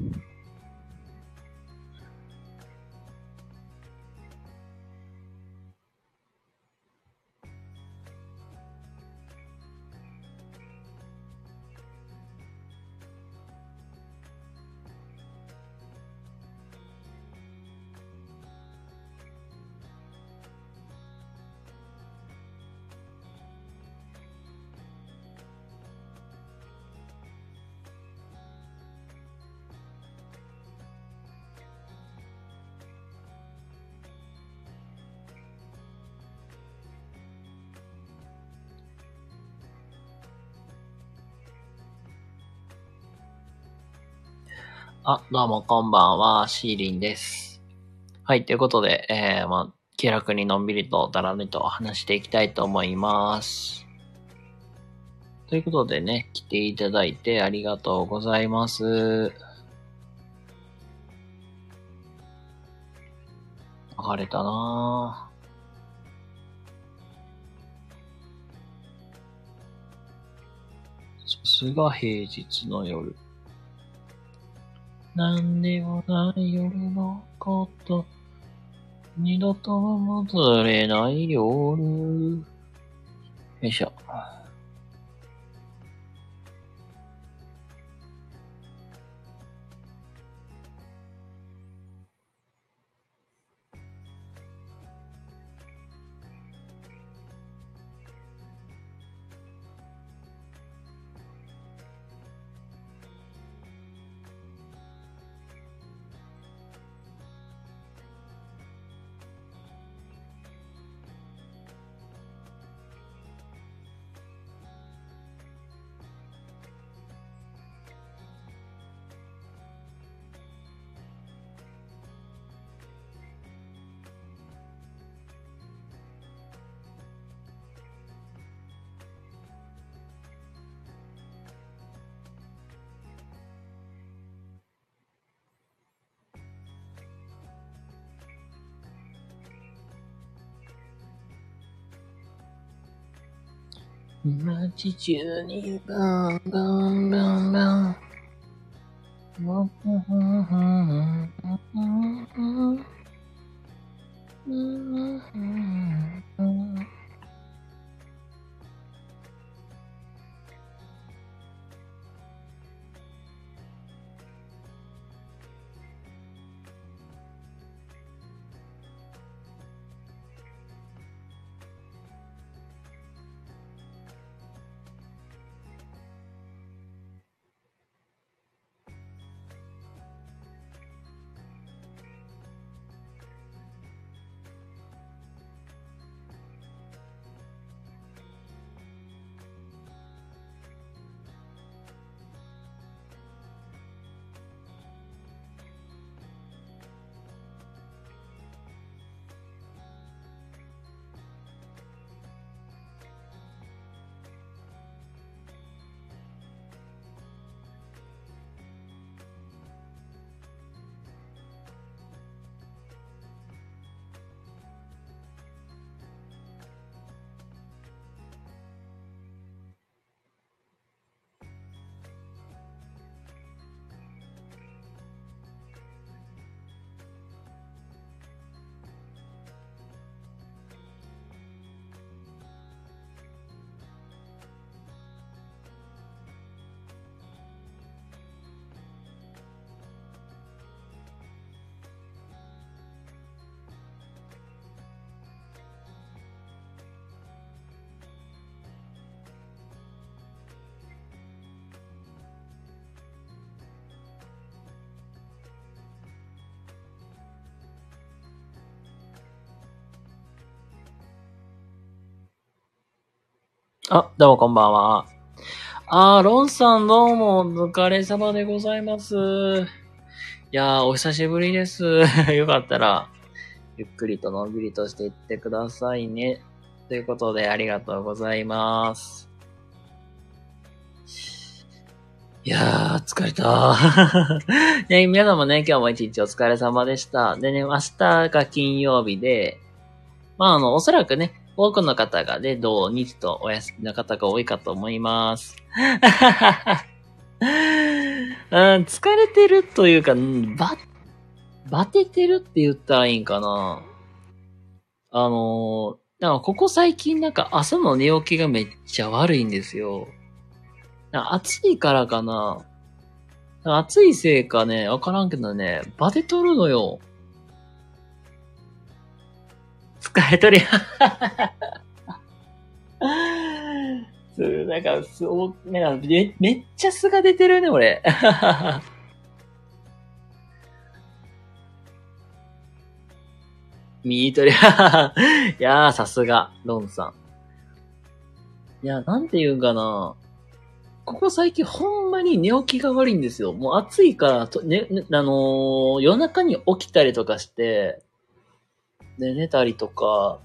どうもこんばんは、シーリンです。はい、ということで、気楽にのんびりとだらりと話していきたいと思います。ということでね、来ていただいてありがとうございます。流れたなぁ。さすが平日の夜。なんでもない夜のこと。二度と戻れない夜。よいしょ。街中にバンバンバンバン。どうもこんばんは。ロンさんどうもお疲れ様でございます。いやー、お久しぶりです。よかったら、ゆっくりとのんびりとしていってくださいね。ということで、ありがとうございます。いやー、疲れたね、皆さんもね、今日も一日お疲れ様でした。でね、明日が金曜日で、おそらくね、多くの方がね、土日とお休みの方が多いかと思います。 疲れてるというか、バテてるって言ったらいいんかな。なんかここ最近なんか朝の寝起きがめっちゃ悪いんですよ。なんか暑いからかな。暑いせいかね、わからんけどね、バテとるのよ。疲れとるやん。なんかめっちゃ素が出てるね、俺。ミートリア。いやー、さすが、ロンさん。いや、なんて言うんかな。ここ最近ほんまに寝起きが悪いんですよ。もう暑いから夜中に起きたりとかして、で、寝たりとか、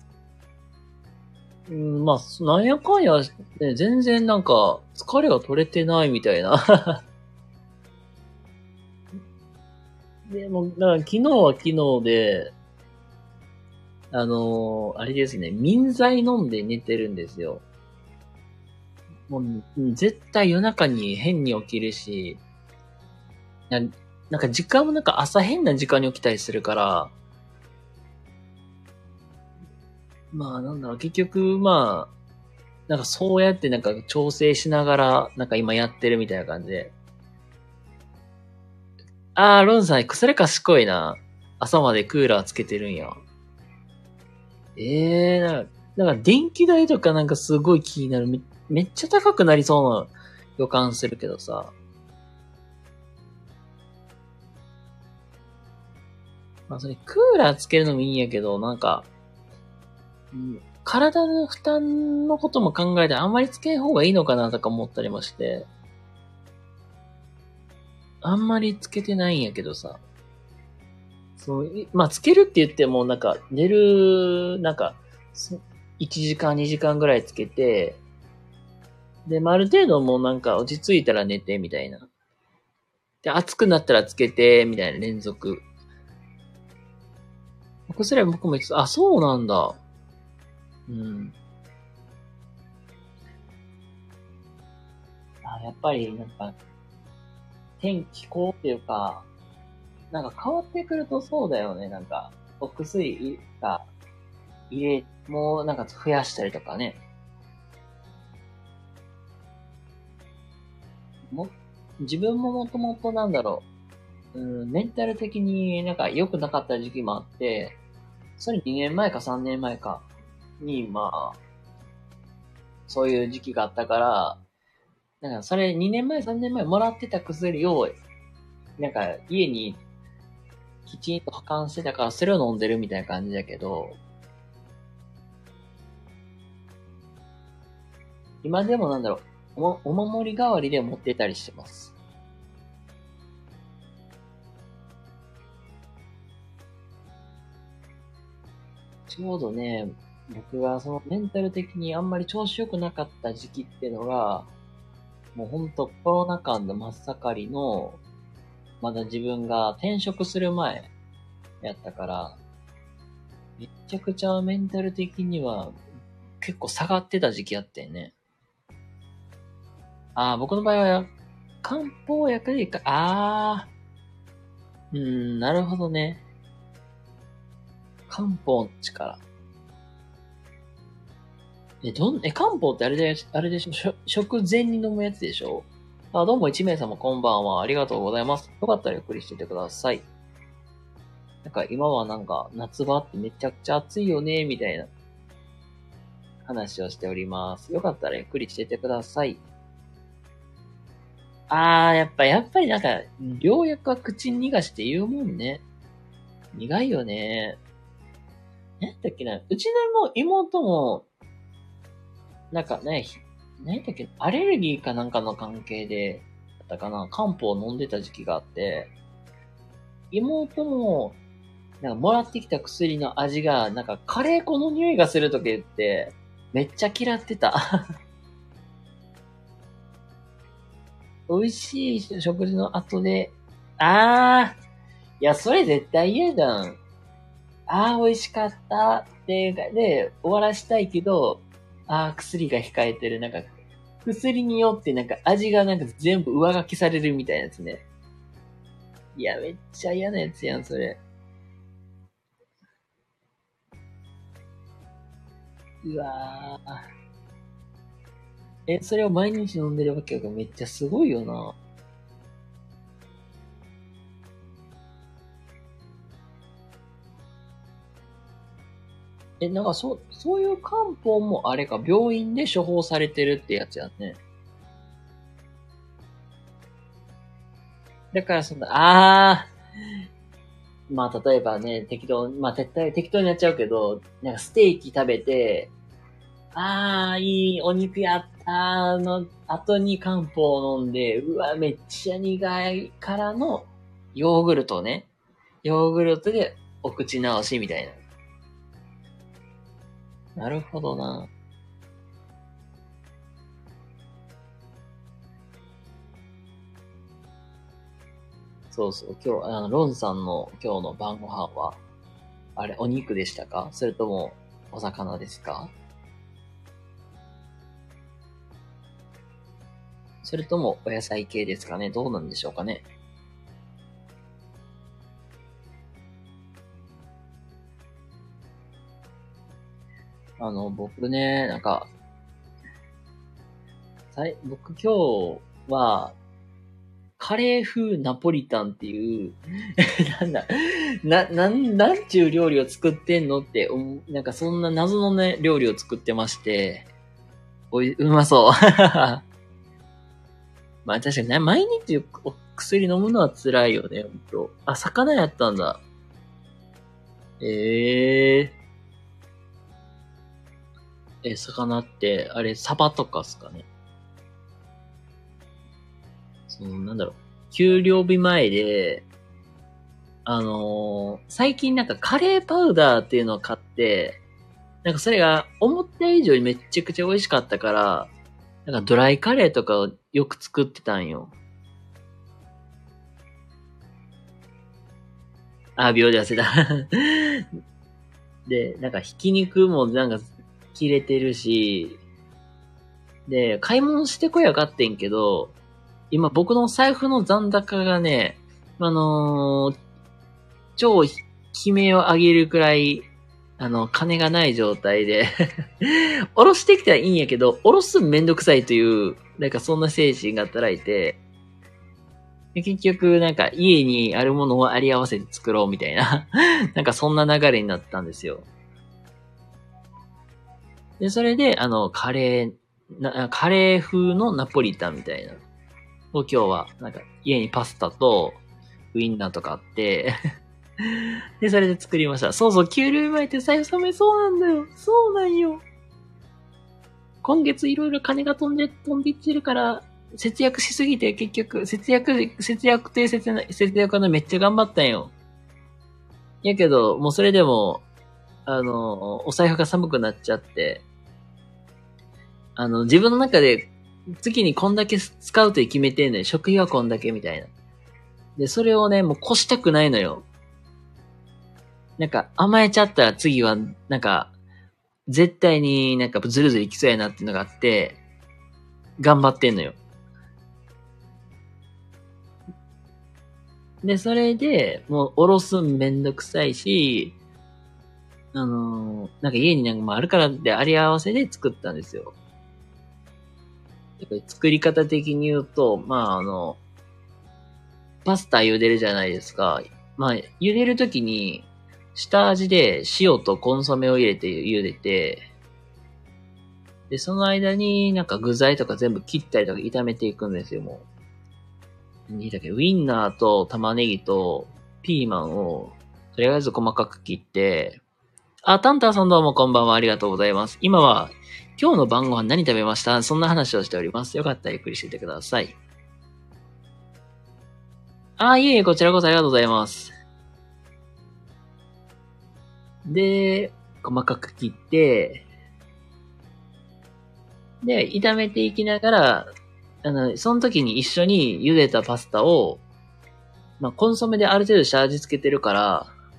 まあ、なんやかんや、ね、全然なんか、疲れが取れてないみたいな。でも、だから昨日は昨日で、あれですね、眠剤飲んで寝てるんですよ。もう、絶対夜中に変に起きるし、ななんか時間もなんか朝変な時間に起きたりするから、まあなんだろう、結局、まあ、なんかそうやってなんか調整しながら、なんか今やってるみたいな感じで。ロンさん、それ賢いな。朝までクーラーつけてるんや。なんか電気代とかなんかすごい気になる。めっちゃ高くなりそうな予感するけどさ。まあそれクーラーつけるのもいいんやけど、なんか、体の負担のことも考えてあんまりつけん方がいいのかなとか思ったりもして、あんまりつけてないんやけどさ。そう、まあつけるって言ってもなんか寝る、なんか、1時間2時間ぐらいつけて、で、まあ、ある程度もうなんか落ち着いたら寝てみたいな。で、暑くなったらつけて、みたいな連続。それは僕も言ってた、そうなんだ。うん。やっぱりなんか、気候っていうか、なんか変わってくるとそうだよね。なんか、お薬がもうなんか増やしたりとかね。も、自分ももともとなんだろう。メンタル的になんか良くなかった時期もあって、それ2年前か3年前かに、まあ、そういう時期があったから、なんかそれ2年前3年前もらってた薬を、なんか家にきちんと保管してたから、それを飲んでるみたいな感じだけど、今でもなんだろう、お守り代わりで持ってたりしてます。ちょうどね、僕がそのメンタル的にあんまり調子良くなかった時期っていうのが、もうほんとコロナ禍の真っ盛りの、まだ自分が転職する前やったから、めっちゃくちゃメンタル的には結構下がってた時期やってんね。僕の場合は漢方薬でいいか、なるほどね。漢方の力。漢方ってあれでしょ食前に飲むやつでしょ？どうも1名様こんばんは。ありがとうございます。よかったらゆっくりしててください。なんか今はなんか夏場ってめちゃくちゃ暑いよね、みたいな話をしております。よかったらゆっくりしててください。やっぱりなんか、良薬は口に逃がして言うもんね。苦いよね。なんだっけな、うちの妹も、なんかね、なんだっけ、アレルギーかなんかの関係で、だったかな、漢方を飲んでた時期があって、妹も、なんかもらってきた薬の味が、なんかカレー粉の匂いがするとか言って、めっちゃ嫌ってた。美味しい食事の後で、いや、それ絶対嫌じゃん。美味しかったっていうか、で、終わらしたいけど、薬が控えてる。なんか、 薬によってなんか味がなんか全部上書きされるみたいなやつね。いや、めっちゃ嫌なやつやん、それ。うわぁ。それを毎日飲んでるわけがめっちゃすごいよな。なんかそういう漢方もあれか、病院で処方されてるってやつやね。だからまあ例えばね、絶対適当にやっちゃうけど、なんかステーキ食べて、いいお肉やったーの後に漢方を飲んで、うわ、めっちゃ苦いからのヨーグルトね。ヨーグルトでお口直しみたいな。なるほどな。そうそう。今日、ロンさんの今日の晩ご飯は、あれ、お肉でしたか？それとも、お魚ですか？それとも、お野菜系ですかね？どうなんでしょうかね？僕ね、なんか、僕今日は、カレー風ナポリタンっていう、なんだ、なんちゅう料理を作ってんのってなんかそんな謎のね、料理を作ってまして、うまそう。まあ確かにね、毎日お薬飲むのは辛いよね、ほんと。あ、魚やったんだ。ええ魚って、あれ、サバとかっすかね。なんだろう。給料日前で、最近なんかカレーパウダーっていうのを買って、なんかそれが思った以上にめっちゃくちゃ美味しかったから、なんかドライカレーとかをよく作ってたんよ。秒で忘れた。で、なんかひき肉もなんか切れてるし、で、買い物してこやがってんけど、今僕の財布の残高がね、超悲鳴を上げるくらい、金がない状態でおろしてきたらいいんやけど、おろすめんどくさいという、なんかそんな精神が働いて、で結局、なんか家にあるものをあり合わせて作ろうみたいななんかそんな流れになったんですよ。で、それで、カレー風のナポリタンみたいな。を今日は、なんか家にパスタとウインナーとかあってで、それで作りました。そうそう、給料前って財布めそうなんだよ。そうなんよ。今月いろいろ金が飛んでいってるから、節約しすぎて結局、節約めっちゃ頑張ったんよ。やけど、もうそれでも、お財布が寒くなっちゃって、自分の中で月にこんだけ使うと決めてんのよ。食費はこんだけみたいな。で、それをね、もう越したくないのよ。なんか甘えちゃったら次は、なんか、絶対になんかずるずるいきそうやなっていうのがあって、頑張ってんのよ。で、それで、もうおろすんめんどくさいし、なんか家になんかもあるからであり合わせで作ったんですよ。作り方的に言うと、パスタ茹でるじゃないですか。まあ、茹でるときに、下味で塩とコンソメを入れて茹でて、で、その間になんか具材とか全部切ったりとか炒めていくんですよ、もう。何だっけ、ウインナーと玉ねぎとピーマンを、とりあえず細かく切って、タンタンさんどうもこんばんは、ありがとうございます。今は、今日の晩ご飯何食べました？そんな話をしております。よかったらゆっくりしていてください。いえいえ、こちらこそありがとうございます。で、細かく切って、で、炒めていきながら、その時に一緒に茹でたパスタを、コンソメである程度下味付けてるから、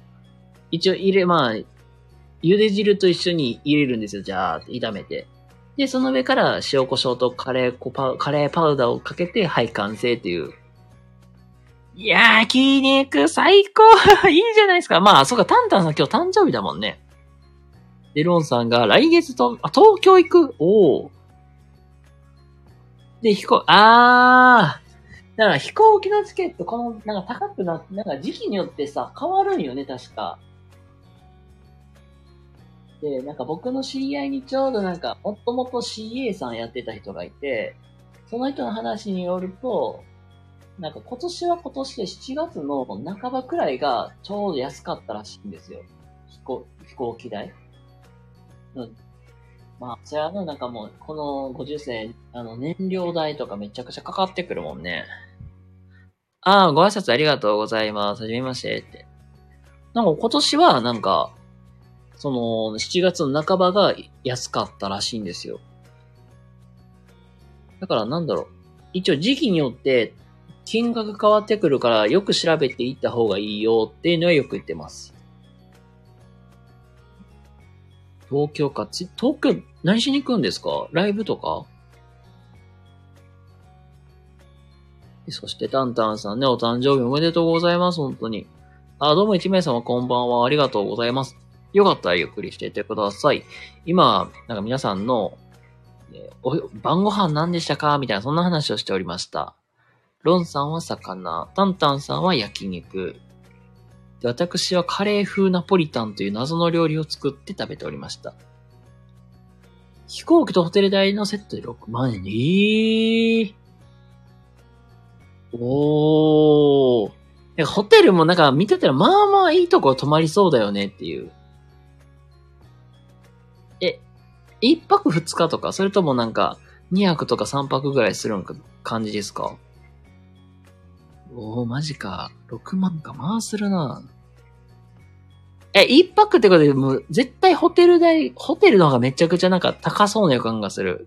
一応茹で汁と一緒に入れるんですよ。じゃーって炒めて。 で、その上から塩コショウとカレーパウダーをかけて、はい、完成っていう。いやー、焼肉最高いいじゃないですか。まあ、そうか、タンタンさん今日誕生日だもんね。で、ロンさんが来月東京行くおー。で、だから飛行機のチケット、なんか高くなって、なんか時期によってさ、変わるんよね、確か。で、なんか僕の知り合いにちょうどなんか、もともと CA さんやってた人がいて、その人の話によると、なんか今年は今年で7月の半ばくらいがちょうど安かったらしいんですよ。飛行機代。うん。まあ、それはなんかもう、この50世、燃料代とかめちゃくちゃかかってくるもんね。ああ、ご挨拶ありがとうございます。はじめましてって。なんか今年はなんか、その、7月の半ばが安かったらしいんですよ。だからなんだろう。一応時期によって金額変わってくるからよく調べていった方がいいよっていうのはよく言ってます。東京何しに行くんですか？ライブとか？そしてタンタンさんね、お誕生日おめでとうございます、本当に。どうも1名様こんばんは、ありがとうございます。よかったらゆっくりしていってください。今、なんか皆さんの、晩ご飯何でしたかみたいな、そんな話をしておりました。ロンさんは魚、タンタンさんは焼肉。で、私はカレー風ナポリタンという謎の料理を作って食べておりました。飛行機とホテル代のセットで6万円。おー。ホテルもなんか見てたらまあまあいいとこ泊まりそうだよねっていう。一泊二日とか、それともなんか二泊とか三泊ぐらいする感じですか？マジか。6万か。まあするな。一泊ってことでもう絶対ホテルの方がめちゃくちゃなんか高そうな予感がする。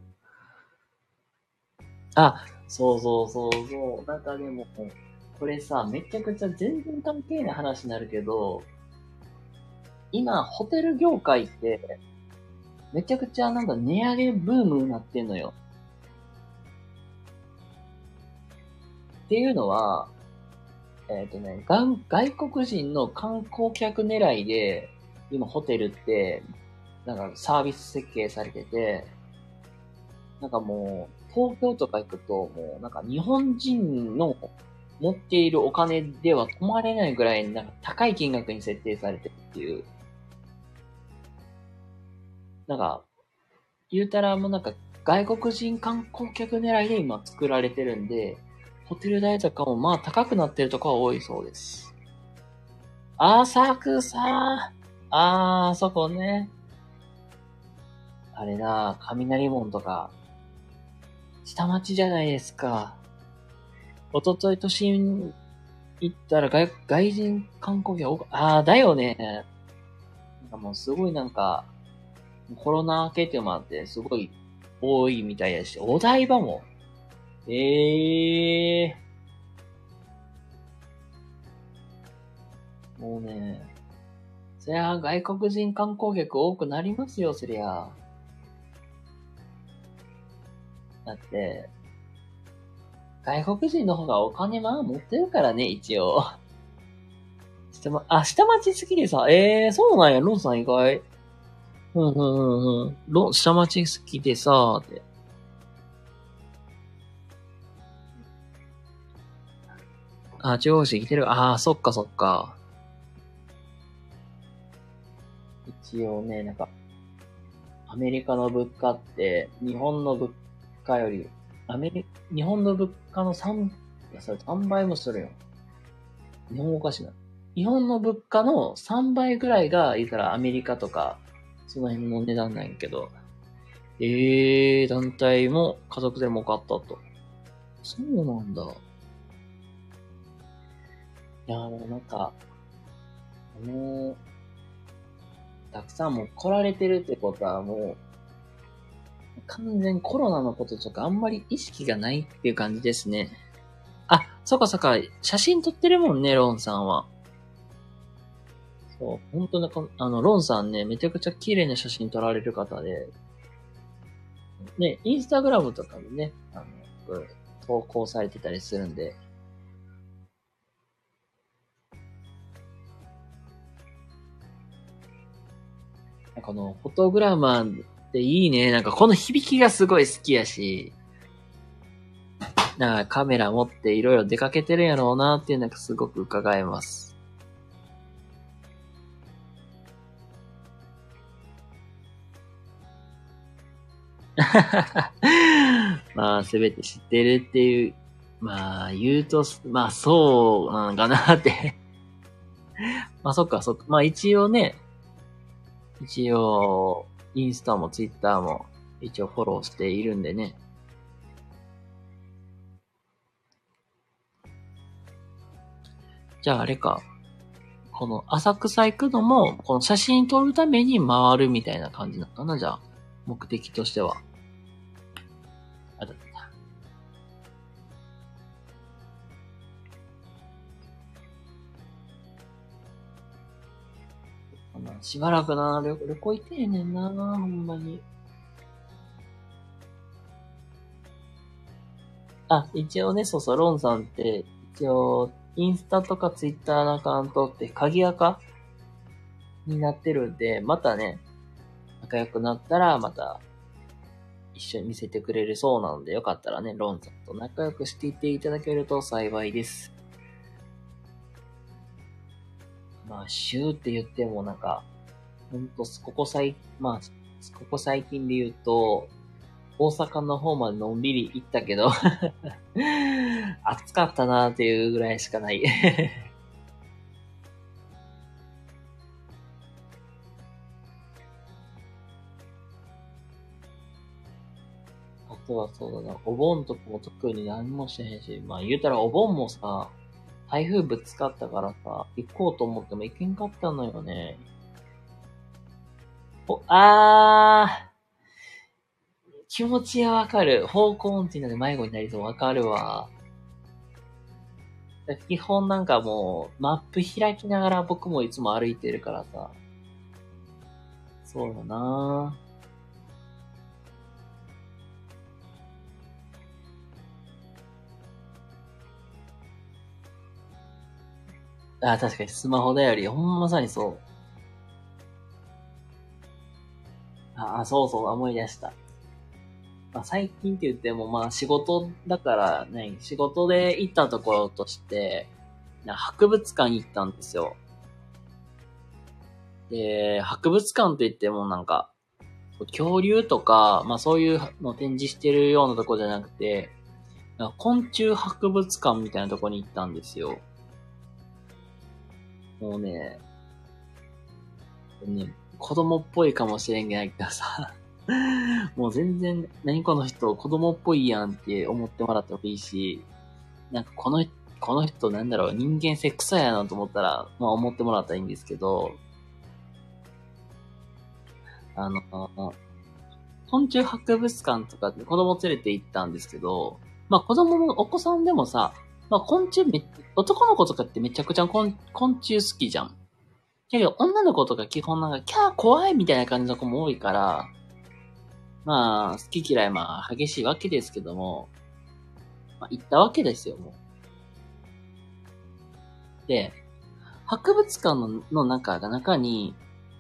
そうそうそうそう。なんかでも、これさ、めちゃくちゃ全然関係ない話になるけど、今、ホテル業界って、めちゃくちゃなんか値上げブームになってんのよ。っていうのは、外国人の観光客狙いで、今ホテルって、なんかサービス設計されてて、なんかもう、東京とか行くと、もうなんか日本人の持っているお金では泊まれないぐらいなんか高い金額に設定されてるっていう。なんか、言うたらもうなんか外国人観光客狙いで今作られてるんで、ホテル代とかもまあ高くなってるところは多いそうです。浅草。そこね。あれだ、雷門とか、下町じゃないですか。一昨日都心行ったら外人観光客だよね。なんかもうすごいなんか、コロナ明けっていうのもあって、すごい多いみたいやし、お台場も。もうね、そりゃ外国人観光客多くなりますよ、そりゃ。だって、外国人の方がお金持ってるからね、一応。下町好きでさ、そうなんや、ロンさん意外。下町好きでさ、って。中央市来てる。そっかそっか。一応ね、なんか、アメリカの物価って、日本の物価より、日本の物価の3倍もするよ。日本おかしいな。日本の物価の3倍ぐらいが、言ったらアメリカとか、その辺の値段なんやけど。団体も家族で儲かったと。そうなんだ。いや、もうなんか、たくさんもう来られてるってことはもう、完全コロナのこととかあんまり意識がないっていう感じですね。そっかそっか、写真撮ってるもんね、ロンさんは。そう、本当ロンさんね、めちゃくちゃ綺麗な写真撮られる方で、 ね、インスタグラムとかにね、投稿されてたりするんで、このフォトグラマーっていいね。なんかこの響きがすごい好きやし、なんかカメラ持っていろいろ出かけてるんやろうなっていうのがすごく伺えます。まあ、すべて知ってるっていう、まあ、言うと、まあ、そうなのかなってまあ、そっか、そっか。まあ、一応、インスタもツイッターも一応フォローしているんでね。じゃああれか。この浅草行くのも、この写真撮るために回るみたいな感じなのかな、じゃあ。目的としては。あだしばらくな、旅行行ってへんねんな、ほんまに。あ、一応ね、そうそう、ロンさんって、一応、インスタとかツイッターのアカウントって鍵垢になってるんで、またね、仲良くなったら、また、一緒に見せてくれるそうなので、よかったらね、ロンさんと仲良くしていっていただけると幸いです。まあ、週って言ってもなんか、ほんと、ここ最近で言うと、大阪の方までのんびり行ったけど暑かったなーっていうぐらいしかないあとはそうだな、お盆とかも特に何もしてへんし、まあ言うたらお盆もさ、台風ぶつかったからさ、行こうと思っても行けんかったのよね。気持ちはわかる。方向音痴なんで迷子になりそうわかるわ。基本なんかもう、マップ開きながら僕もいつも歩いてるからさ。そうだな確かにスマホだより、ほんまさにそう。そうそう、思い出した。まあ、最近って言っても、まあ仕事だからね、仕事で行ったところとして、博物館に行ったんですよ。で、博物館って言ってもなんか、恐竜とか、まあそういうの展示してるようなとこじゃなくて、昆虫博物館みたいなとこに行ったんですよ。もうね、子供っぽいかもしれんけどさ、もう全然、何この人、子供っぽいやんって思ってもらってもいいし、なんかこの人なんだろう、人間性クソやなと思ったら、まあ思ってもらったらいいんですけど、あの、昆虫博物館とかで子供連れて行ったんですけど、まあ子供のお子さんでもさ、まあ男の子とかってめちゃくちゃ昆虫好きじゃん。だけど女の子とか基本なんか、キャー怖いみたいな感じの子も多いから、まあ好き嫌いまあ激しいわけですけども、まあ行ったわけですよ、もう。で、博物館の中に、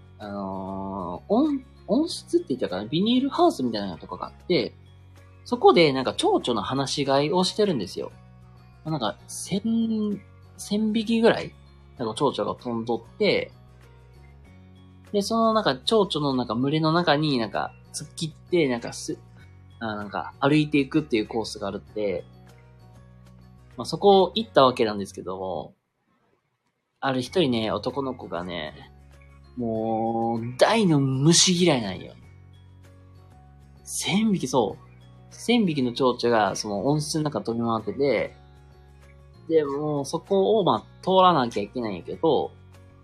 温室って言ったかな、ビニールハウスみたいなとこがあって、そこでなんか蝶々の放し飼いをしてるんですよ。なんか、千匹ぐらいなんか蝶々が飛んどって、で、そのなんか蝶々のなんか群れの中になんか突っ切って、なんか歩いていくっていうコースがあるって、まあそこ行ったわけなんですけども、ある一人ね、男の子がね、もう、大の虫嫌いなんよ。千匹の蝶々が、その温室の中飛び回ってて、で、もうそこを、まあ、通らなきゃいけないんやけど、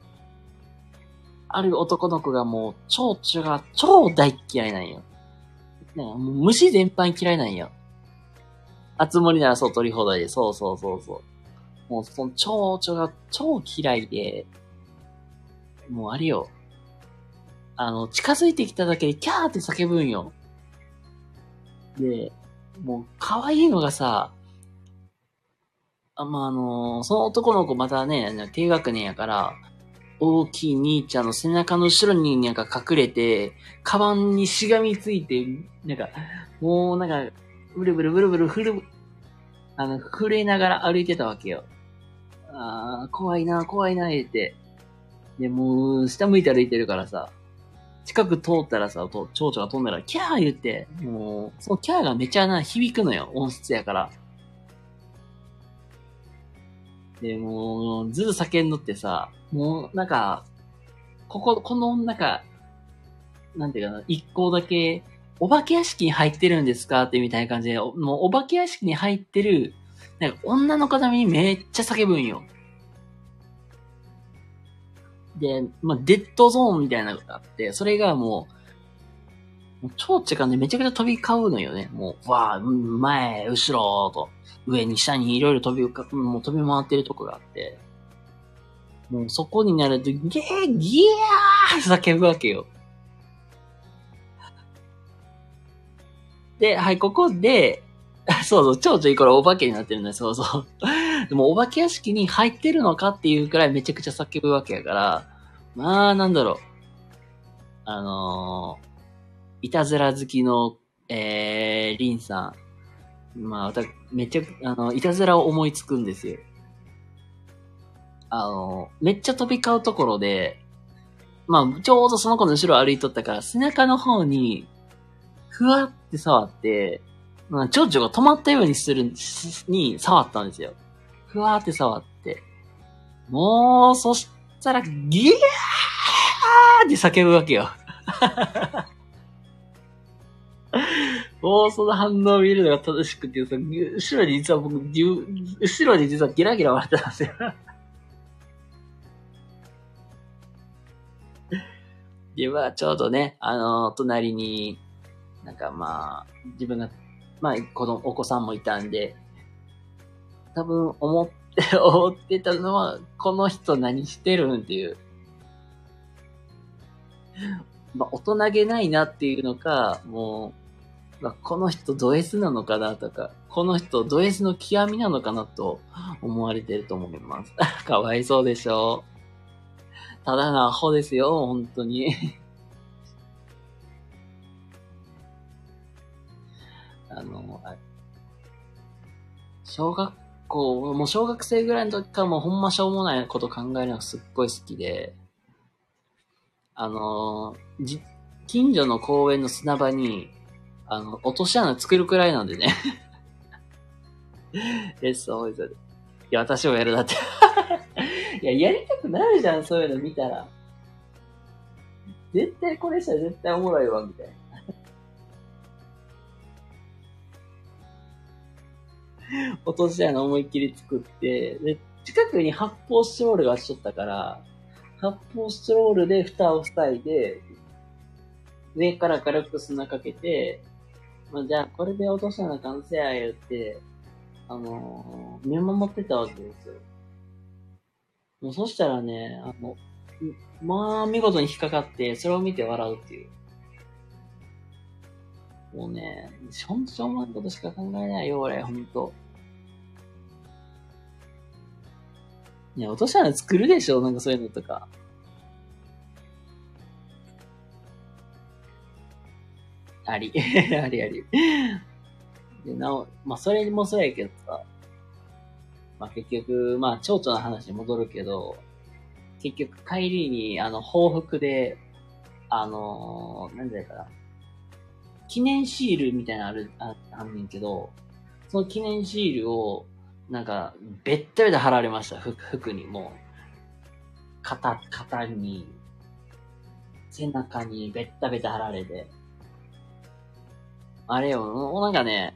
ある男の子がもう、蝶々が超大嫌いなんよ。ね、もう虫全般嫌いなんよ。あつ森ならそう取り放題で、そうそうそうそう。もうその蝶々が超嫌いで、もうあれよ。近づいてきただけでキャーって叫ぶんよ。 で、もう可愛いのがさ、その男の子またね、低学年やから、大きい兄ちゃんの背中の後ろになんか隠れて、カバンにしがみついて、なんか、もうなんか、ブルブルブルブル震えながら歩いてたわけよ。怖いな、怖いな、言って。で、もう、下向いて歩いてるからさ、近く通ったらさ、蝶々が飛んだら、キャー言って、もう、そのキャーがめちゃ響くのよ、音質やから。で、もう、ずっと叫んどってさ、もう、なんか、この、なんか、なんていうかな、一個だけ、お化け屋敷に入ってるんですかってみたいな感じで、もうお化け屋敷に入ってる、なんか女の子ためにめっちゃ叫ぶんよ。で、デッドゾーンみたいなのがあって、それがもう蝶々がね、めちゃくちゃ飛び交うのよね。もう、わー、前、後ろと、上に下にいろいろもう飛び回ってるとこがあって、もうそこになると、ギャー叫ぶわけよ。で、はい、ここで、そうそう、蝶々これお化けになってるんだよ、そうそう。でもお化け屋敷に入ってるのかっていうくらいめちゃくちゃ叫ぶわけやから、なんだろう。いたずら好きの、リンさん。めっちゃ、いたずらを思いつくんですよ。めっちゃ飛び交うところで、ちょうどその子の後ろ歩いとったから、背中の方に、ふわって触って、蝶々が止まったようにに触ったんですよ。ふわーって触って。もう、そしたら、ギャーって叫ぶわけよ。もうその反応を見るのが正しくてさ、後ろに実はギラギラ笑ってたんですよ。で、ちょうどね、隣に、なんか自分が、お子さんもいたんで、多分思ってたのは、この人何してるんっていう。大人げないなっていうのか、もう、この人ド S なのかなとか、この人ド S の極みなのかなと思われてると思います。かわいそうでしょ。ただのアホですよ、本当に。小学生ぐらいの時からもうほんましょうもないこと考えるのがすっごい好きで、近所の公園の砂場に、落とし穴作るくらいなんでね。そうです。いや、私もやるだって。いや、やりたくなるじゃん、そういうの見たら。絶対これしたら絶対おもろいわ、みたいな。落とし穴思いっきり作って、で、近くに発泡スチロールがしとったから、発泡スチロールで蓋を塞いで、上から軽く砂かけて、じゃあこれで落とし穴完成や言って、見守ってたわけですよ。もうそしたらね、見事に引っかかって、それを見て笑うっていう。もうね、しょうもないことしか考えないよ、俺、ほんと。いや、落とし穴作るでしょ、なんかそういうのとか。あり。ありあり。で、それもそうやけどさ。結局、蝶々の話に戻るけど、結局帰りに、報復で、なんだかな。記念シールみたいなのあんねんけど、その記念シールを、なんか、べったべた貼られました、服にも。肩に、背中にべったべた貼られて。あれよ、もうなんかね、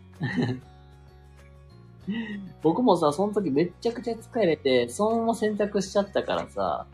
僕もさ、その時めっちゃくちゃ疲れて、そのまま洗濯しちゃったからさ、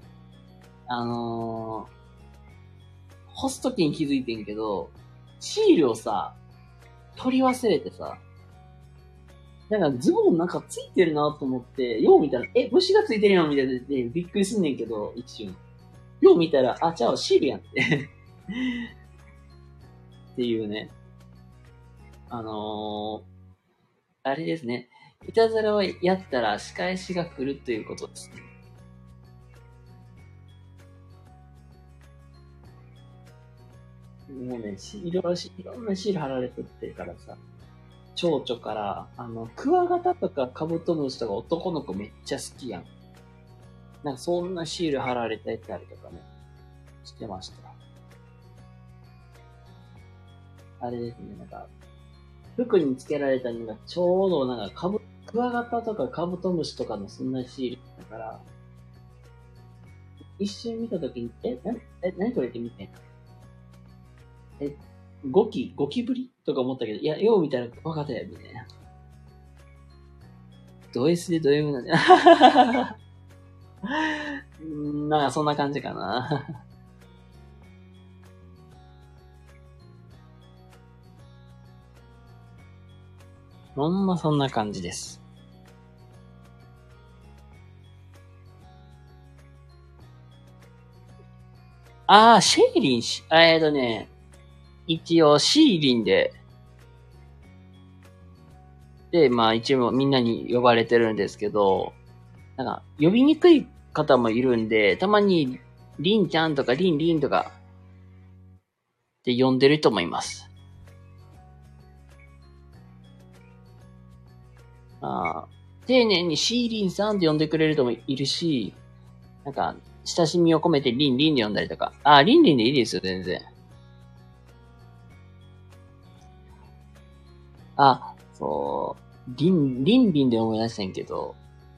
干す時に気づいてんけど、シールをさ、取り忘れてさ、なんかズボンなんかついてるなと思って、よう見たら、虫がついてるよみたいなでびっくりすんねんけど、一瞬。よう見たら、じゃあシールやんってっていうね。 あれですね。いたずらをやったら仕返しが来るということですね。もうね、いろんなシール貼られてってからさ、蝶々から、クワガタとかカブトムシとか男の子めっちゃ好きやん。なんかそんなシール貼られてたりとかね、してました。あれですね、なんか、服につけられたのがちょうどなんかクワガタとかカブトムシとかのそんなシールだから、一瞬見たときに、何これって見て。ゴキブリとか思ったけど、いや、よう見たらクワガタや、みたいな。ド S でド M なんだよ。なんかそんな感じかな。ほんまそんな感じです。シェイリン一応シーリンで、まあ一応みんなに呼ばれてるんですけど、なんか呼びにくい方もいるんで、たまにリンちゃんとかリンとかって呼んでる人もいます。丁寧にシーリンさんって呼んでくれる人もいるし、なんか、親しみを込めてリンで呼んだりとか。リンでいいですよ、全然。そう、リンで思い出したんやけど、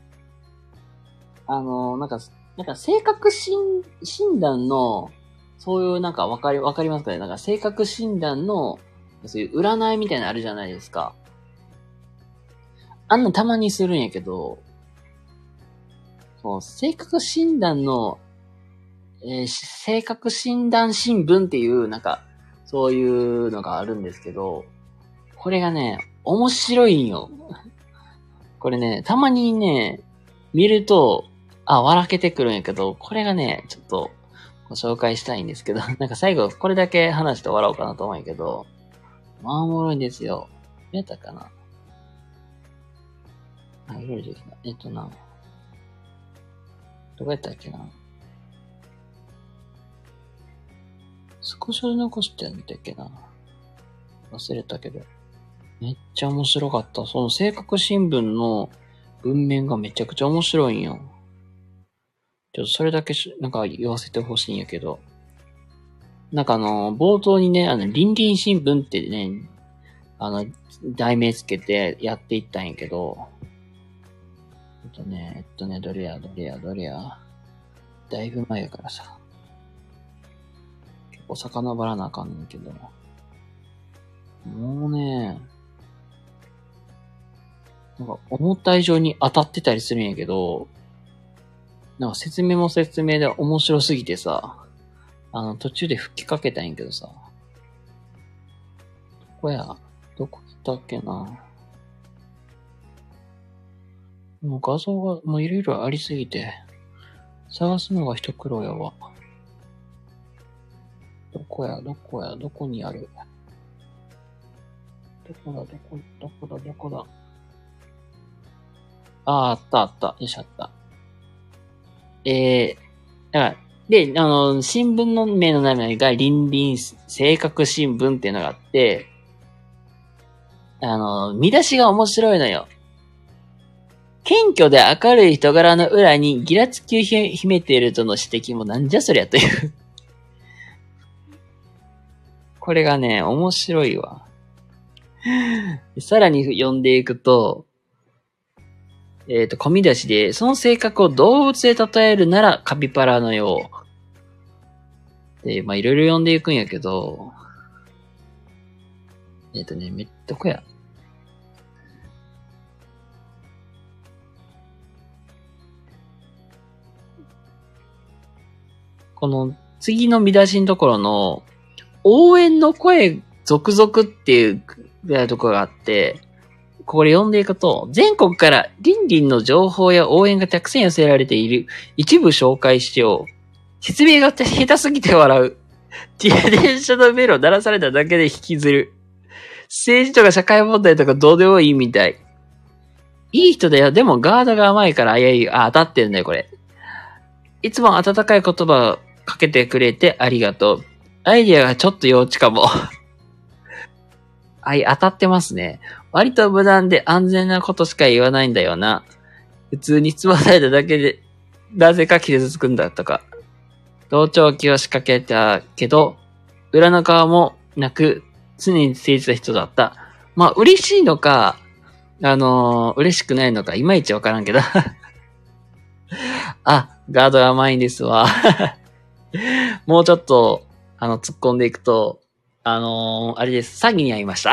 なんか性格診断の、そういうなんかわかりますかね？なんか性格診断の、そういう占いみたいなのあるじゃないですか。あんなたまにするんやけど、そう、性格診断の、性格診断新聞っていう、なんか、そういうのがあるんですけど、これがね、面白いんよ。これね、たまにね、見ると、笑けてくるんやけど、これがね、ちょっと、ご紹介したいんですけど、なんか最後、これだけ話して終わろうかなと思うんやけど、まあおもろいんですよ。見えたかないろいろできた。どこやったっけな。スクショで残してやんだっけな。忘れたけど。めっちゃ面白かった。その性格新聞の文面がめちゃくちゃ面白いんよ。ちょっとそれだけなんか言わせてほしいんやけど。なんか冒頭にね、リンリン新聞ってね、題名つけてやっていったんやけど、どれや。だいぶ前やからさ。結構遡らなあかんねんけど。もうね、なんか思った以上に当たってたりするんやけど、なんか説明も説明で面白すぎてさ、途中で吹きかけたんやけどさ。どこ行ったっけな。もう画像がもういろいろありすぎて、探すのが一苦労やわ。どこにある？どこだ。あった。よしあった。だから、で、新聞の名の名前がリン性格新聞っていうのがあって、見出しが面白いのよ。謙虚で明るい人柄の裏にギラつきを秘めているとの指摘もなんじゃそりゃというこれがね、面白いわ。さらに読んでいくと、込み出しで、その性格を動物で例えるならカピバラのよう。で、まあ、いろいろ読んでいくんやけど、どこや？この次の見出しのところの、応援の声続々っていうところがあって、これ読んでいくと、全国からリンリンの情報や応援がたくさん寄せられている。一部紹介しよう。説明が下手すぎて笑う。自転車のベロ鳴らされただけで引きずる。 政治とか社会問題とかどうでもいいみたい。いい人だよ。でもガードが甘いから、当たってるんだよ、これ。いつも温かい言葉をかけてくれてありがとう。アイディアがちょっと幼稚かも。当たってますね。割と無難で安全なことしか言わないんだよな。普通につまされただけで、なぜか傷つくんだとか。盗聴器を仕掛けたけど、裏の顔もなく、常に誠実な人だった。まあ、嬉しいのか、嬉しくないのか、いまいちわからんけど。ガードが甘いんですわ。もうちょっと、突っ込んでいくと、あれです。詐欺に遭いました。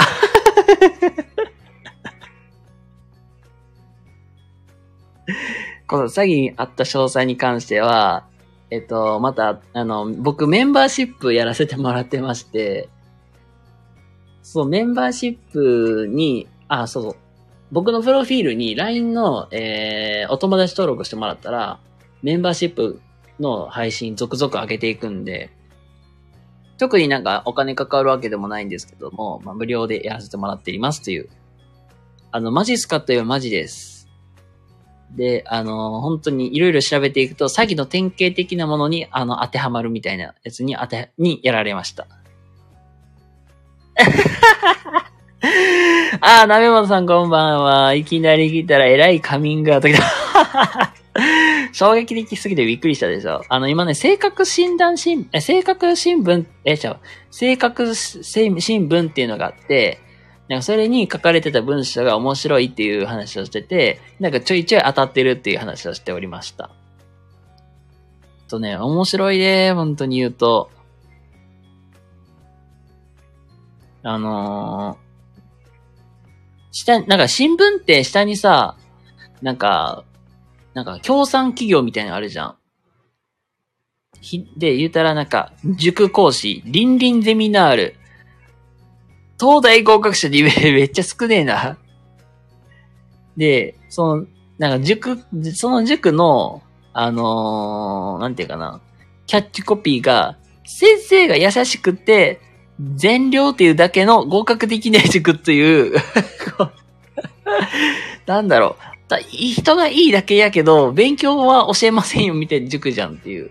この詐欺に遭った詳細に関しては、また、僕メンバーシップやらせてもらってまして、そう、メンバーシップに、そう。僕のプロフィールに LINE の、お友達登録してもらったら、メンバーシップの配信続々上げていくんで、特になんかお金かかるわけでもないんですけども、無料でやらせてもらっていますという。マジっすかといえばマジです。で、本当にいろいろ調べていくと、詐欺の典型的なものに、当てはまるみたいなやつにやられました。なめもとさんこんばんは。いきなり来たら偉いカミングアウト来た。衝撃的すぎてびっくりしたでしょ。今ね、性格診断新聞、性格新聞っていうのがあって、なんかそれに書かれてた文章が面白いっていう話をしてて、なんかちょいちょい当たってるっていう話をしておりました。面白いね、本当に言うと。なんか新聞って下にさ、なんか、協賛企業みたいなのあるじゃん。で、言うたらなんか、塾講師、リンリンゼミナール、東大合格者にめっちゃ少ねえな。で、なんかその塾の、なんていうかな、キャッチコピーが、先生が優しくて、善良っていうだけの合格できない塾という、なんだろう。人がいいだけやけど、勉強は教えませんよみたいな塾じゃんっていう。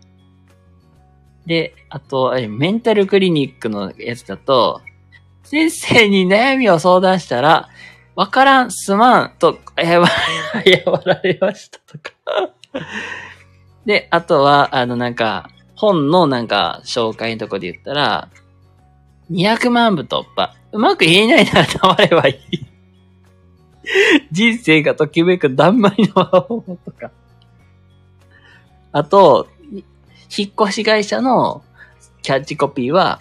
で、あと、メンタルクリニックのやつだと、先生に悩みを相談したら、わからん、すまん、と、謝られましたとか。で、あとは、なんか、本のなんか、紹介のとこで言ったら、200万部突破。うまく言えないなら黙ればいい。人生がときめくだんまりの魔法とか。あと、引っ越し会社のキャッチコピーは、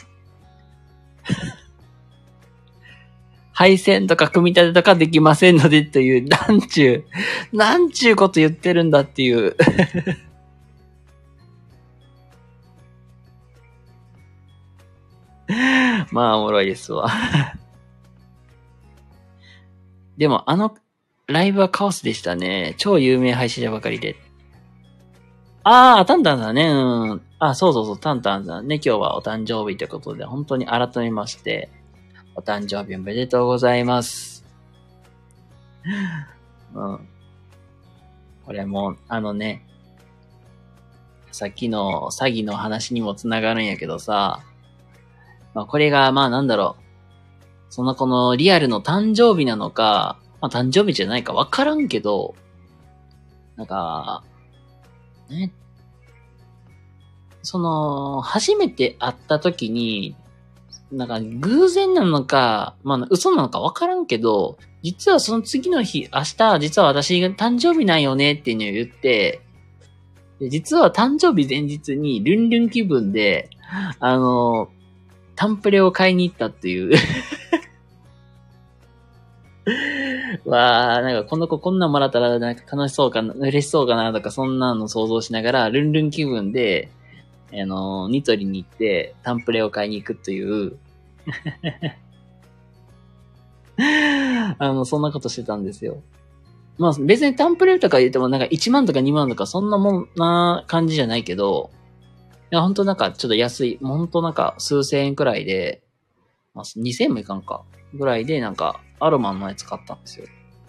配線とか組み立てとかできませんのでという、なんちゅうこと言ってるんだっていう。まあ、おもろいですわ。でも、ライブはカオスでしたね。超有名配信者ばかりで。タンタンだね。うん。そう、タンタンだね。今日はお誕生日ということで、本当に改めまして、お誕生日おめでとうございます。うん。これも、さっきの詐欺の話にもつながるんやけどさ、これが、なんだろう。その子のリアルの誕生日なのか、誕生日じゃないかわからんけど、なんか、ね、初めて会った時に、なんか偶然なのか、嘘なのかわからんけど、実はその次の日、明日、実は私が誕生日なんよねっていうのを言って、で実は誕生日前日にルンルン気分で、タンプレを買いに行ったっていう。なんかこの子こんなんもらったらなんか楽しそうかな、嬉しそうかなとかそんなの想像しながら、ルンルン気分で、ニトリに行ってタンプレを買いに行くという、そんなことしてたんですよ。別にタンプレとか言ってもなんか1万とか2万とかそんなもんな感じじゃないけど、いや、ほんとなんかちょっと安い、ほんとなんか数千円くらいで、2000円もいかんか。 ぐらいでなんか、アロマのやつ買ったんですよ。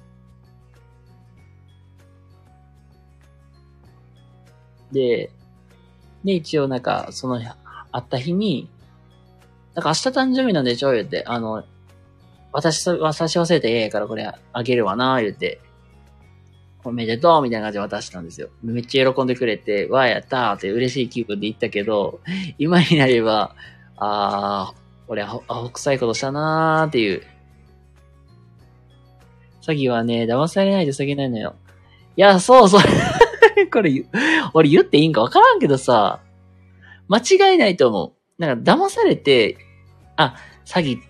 で、一応なんか、その、会った日に、なんか明日誕生日なんでしょ言って、渡し忘れてええからこれあげるわな言って、おめでとうみたいな感じで渡したんですよ。めっちゃ喜んでくれて、わーやったーって嬉しい気分で言ったけど、今になれば、俺アホ臭いことしたなーっていう。詐欺はね、騙されないと詐欺ないのよ。いや、そうそう。これ、俺言っていいんかわからんけどさ、間違いないと思う。なんか騙されて、あ、詐欺って、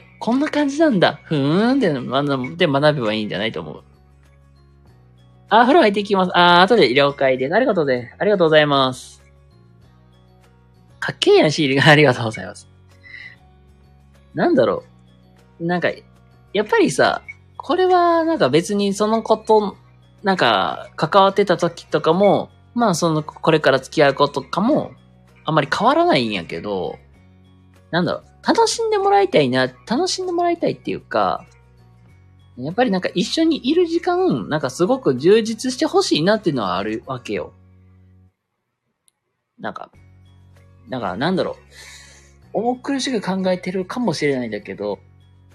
こんな感じなんだ。ふーんで学べばいいんじゃないと思う。風呂入ってきます。後で了解です。ありがとうで、ありがとうございます。かっけえやん、シールがありがとうございます。なんだろう。なんか、やっぱりさ、これはなんか別にそのこと、なんか関わってた時とかも、まあこれから付き合うことかも、あんまり変わらないんやけど、なんだろう、楽しんでもらいたいっていうか、やっぱりなんか一緒にいる時間、なんかすごく充実してほしいなっていうのはあるわけよ。なんか、なんだろう、重苦しく考えてるかもしれないんだけど、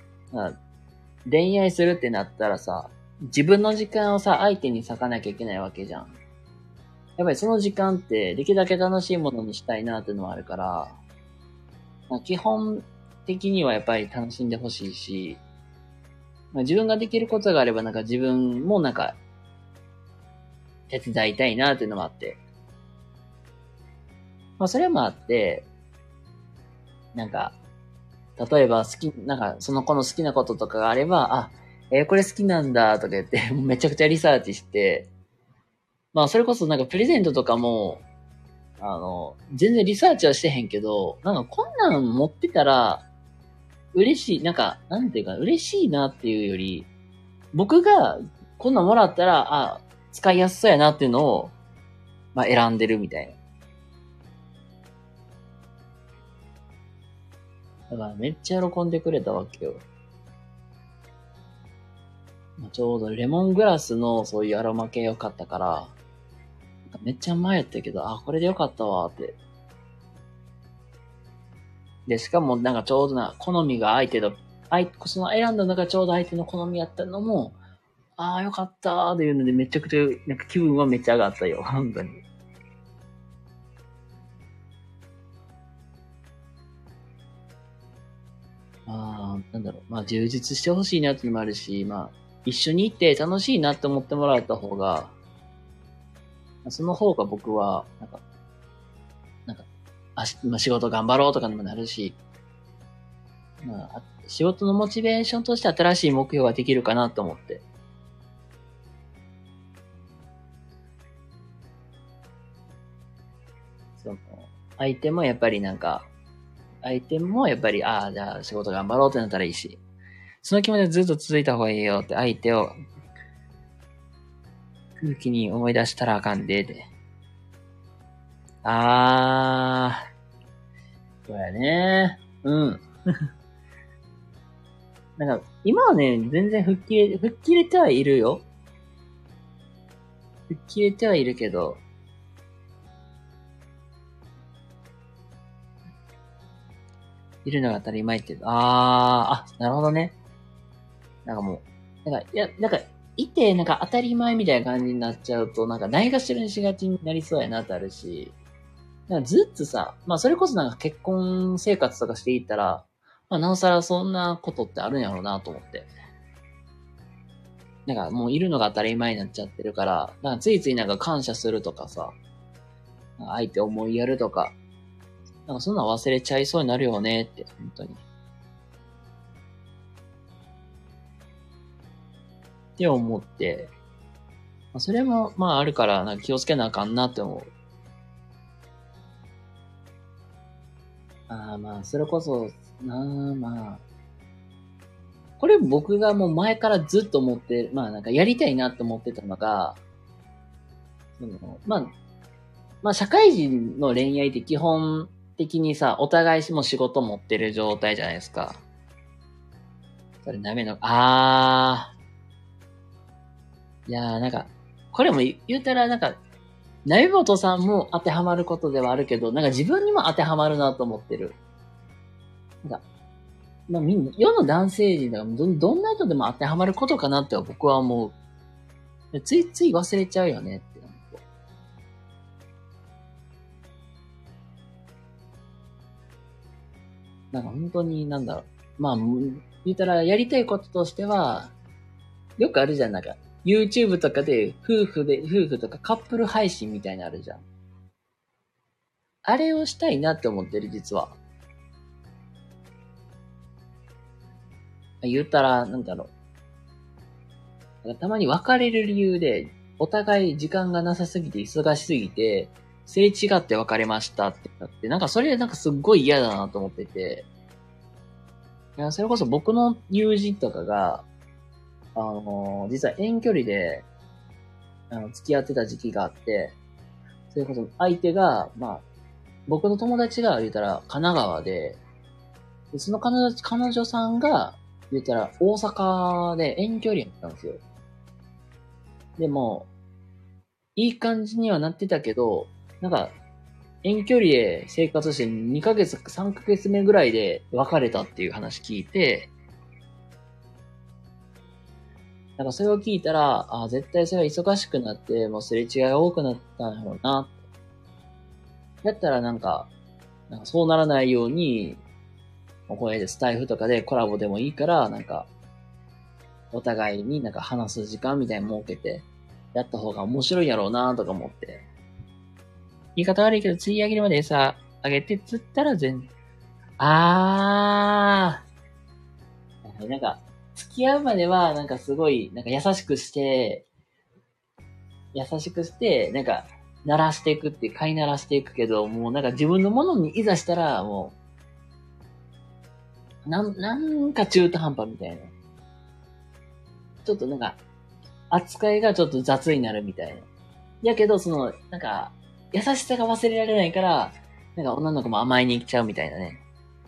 恋愛するってなったらさ、自分の時間をさ、相手に割かなきゃいけないわけじゃん。やっぱりその時間ってできるだけ楽しいものにしたいなっていうのはあるから、基本的にはやっぱり楽しんでほしいし、自分ができることがあればなんか自分もなんか手伝いたいなっていうのもあって。それもあって、なんか、例えばなんかその子の好きなこととかがあれば、これ好きなんだとか言ってめちゃくちゃリサーチして、それこそなんかプレゼントとかも、全然リサーチはしてへんけど、なんかこんなん持ってたら、嬉しい、なんか、なんていうか、嬉しいなっていうより、僕がこんなんもらったら、使いやすそうやなっていうのを、選んでるみたいな。だからめっちゃ喜んでくれたわけよ。ちょうどレモングラスのそういうアロマ系を買ったから、めっちゃ迷ったけど、これでよかったわって。で、しかもなんかちょうど好みが相手の、その選んだのがちょうど相手の好みやったのも、よかったーっていうのでめちゃくちゃ、なんか気分はめっちゃ上がったよ、本当に。なんだろう。充実してほしいなっていうのもあるし、一緒に行って楽しいなって思ってもらえた方が、その方が僕は、仕事頑張ろうとかにもなるし、仕事のモチベーションとして新しい目標ができるかなと思って。相手もやっぱりじゃあ仕事頑張ろうってなったらいいし、その気持ちずっと続いた方がいいよって相手を空気に思い出したらあかんで、で。そうやね。うん。なんか、今はね、全然吹っ切れてはいるよ。吹っ切れてはいるけど、いるのが当たり前っていう。なるほどね。なんかもう、いて、なんか当たり前みたいな感じになっちゃうと、なんかないがしろにしがちになりそうやなってあるし、なんかずっとさ、それこそなんか結婚生活とかしていったら、なおさらそんなことってあるんやろうなと思って。なんかもういるのが当たり前になっちゃってるから、なんかついついなんか感謝するとかさ、相手思いやるとか、なんかそんな忘れちゃいそうになるよねって、本当に。って思って、それもあるから、なんか気をつけなあかんなって思う。それこそ、これ僕がもう前からずっと思って、なんかやりたいなって思ってたのが、社会人の恋愛って基本的にさ、お互いも仕事持ってる状態じゃないですか。 それダメの、いやーなんか、これも言うたらなんか、ナボトさんも当てはまることではあるけど、なんか自分にも当てはまるなと思ってる。なんか、まあみんな、世の男性陣だからどんな人でも当てはまることかなって僕は思う。ついつい忘れちゃうよねって思って。なんか本当になんだろう。まあ、言ったらやりたいこととしては、よくあるじゃん、なんか。YouTube とかで夫婦とかカップル配信みたいなのあるじゃん。あれをしたいなって思ってる、実は。言ったら、なんだろう。たまに別れる理由で、お互い時間がなさすぎて忙しすぎて、すれ違って別れましたってなって、なんかそれなんかすっごい嫌だなと思ってて、いや、それこそ僕の友人とかが、実は遠距離で、付き合ってた時期があって、それこそ相手が、まあ、僕の友達が言ったら神奈川で、その彼女さんが言ったら大阪で遠距離やったんですよ。でも、いい感じにはなってたけど、なんか、遠距離で生活して2ヶ月、3ヶ月目ぐらいで別れたっていう話聞いて、なんかそれを聞いたら、絶対それは忙しくなって、もうすれ違いが多くなったんだろうな。だったらなんかそうならないように、これでスタイフとかでコラボでもいいから、なんか、お互いになんか話す時間みたいに設けて、やった方が面白いやろうなとか思って。言い方悪いけど、釣り上げるまで餌あげて釣ったらなんか、付き合うまでは、なんかすごい、なんか優しくして、なんか、鳴らしていくっていう、飼い鳴らしていくけど、もうなんか自分のものにいざしたら、もう、なんか中途半端みたいな。ちょっとなんか、扱いがちょっと雑になるみたいな。やけど、なんか、優しさが忘れられないから、なんか女の子も甘えに行っちゃうみたいなね。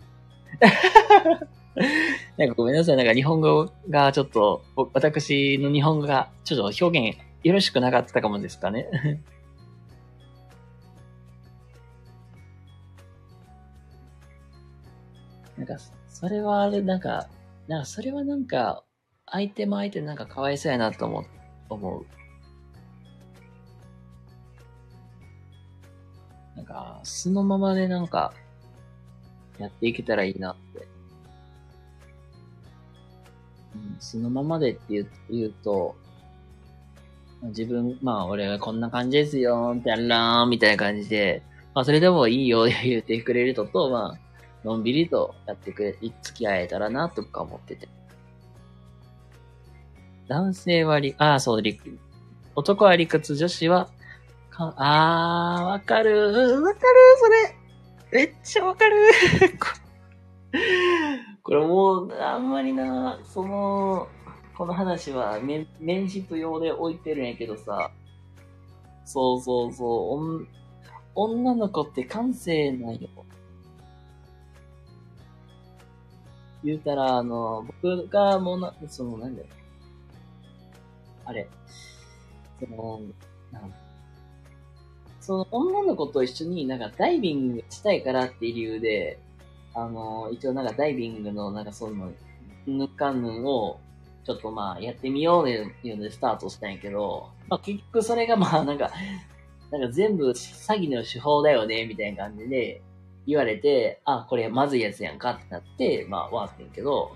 なんかごめんなさい。なんか日本語がちょっと、私の日本語がちょっと表現よろしくなかったかもですかね。なんか、それはあれ、それはなんか、相手も相手なんかかわいそうやなと思う。なんか、素のままでなんか、やっていけたらいいなって。素のままでって言うと、自分、まあ俺がこんな感じですよ、みたいな、みたいな感じで、まあそれでもいいよ、言ってくれる人と、まあ、のんびりとやって付き合えたらな、とか思ってて。男性はそう、男は理屈、女子は、わかる、それ。めっちゃわかる。これもう、あんまりな、この話はメンシップ用で置いてるんやけどさ、そう、女の子って感性ないよ。言うたら、僕がもうなんだよ。あれ、その、なんその女の子と一緒になんかダイビングしたいからっていう理由で、一応なんかダイビングのなんかぬかんぬんを、ちょっとまあやってみようねっていうのでスタートしたんやけど、まあ結局それがまあなんか全部詐欺の手法だよね、みたいな感じで言われて、これまずいやつやんかってなって、まあ終わってんけど、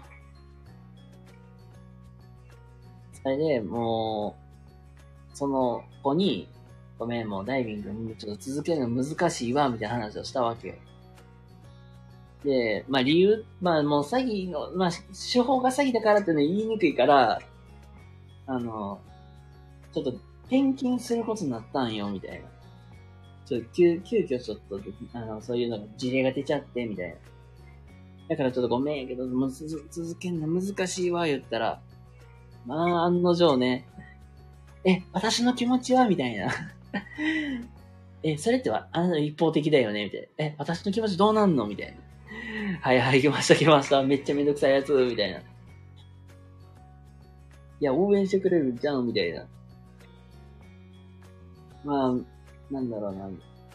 それでもう、その子に、ごめん、もうダイビングちょっと続けるの難しいわ、みたいな話をしたわけよ。で、まあ理由、まあもう詐欺の、まあ手法が詐欺だからっていうのは言いにくいから、ちょっと転勤することになったんよ、みたいな。ちょっと急遽ちょっと、そういうのが事例が出ちゃって、みたいな。だからちょっとごめんやけど、もう続けるの難しいわ、言ったら、まあ案の定ね、私の気持ちはみたいな。それって一方的だよねみたいな。私の気持ちどうなんのみたいな。はい、来ました。めっちゃめんどくさいやつ、みたいな。 いや、応援してくれるじゃん、みたいな。まあ、なんだろうな。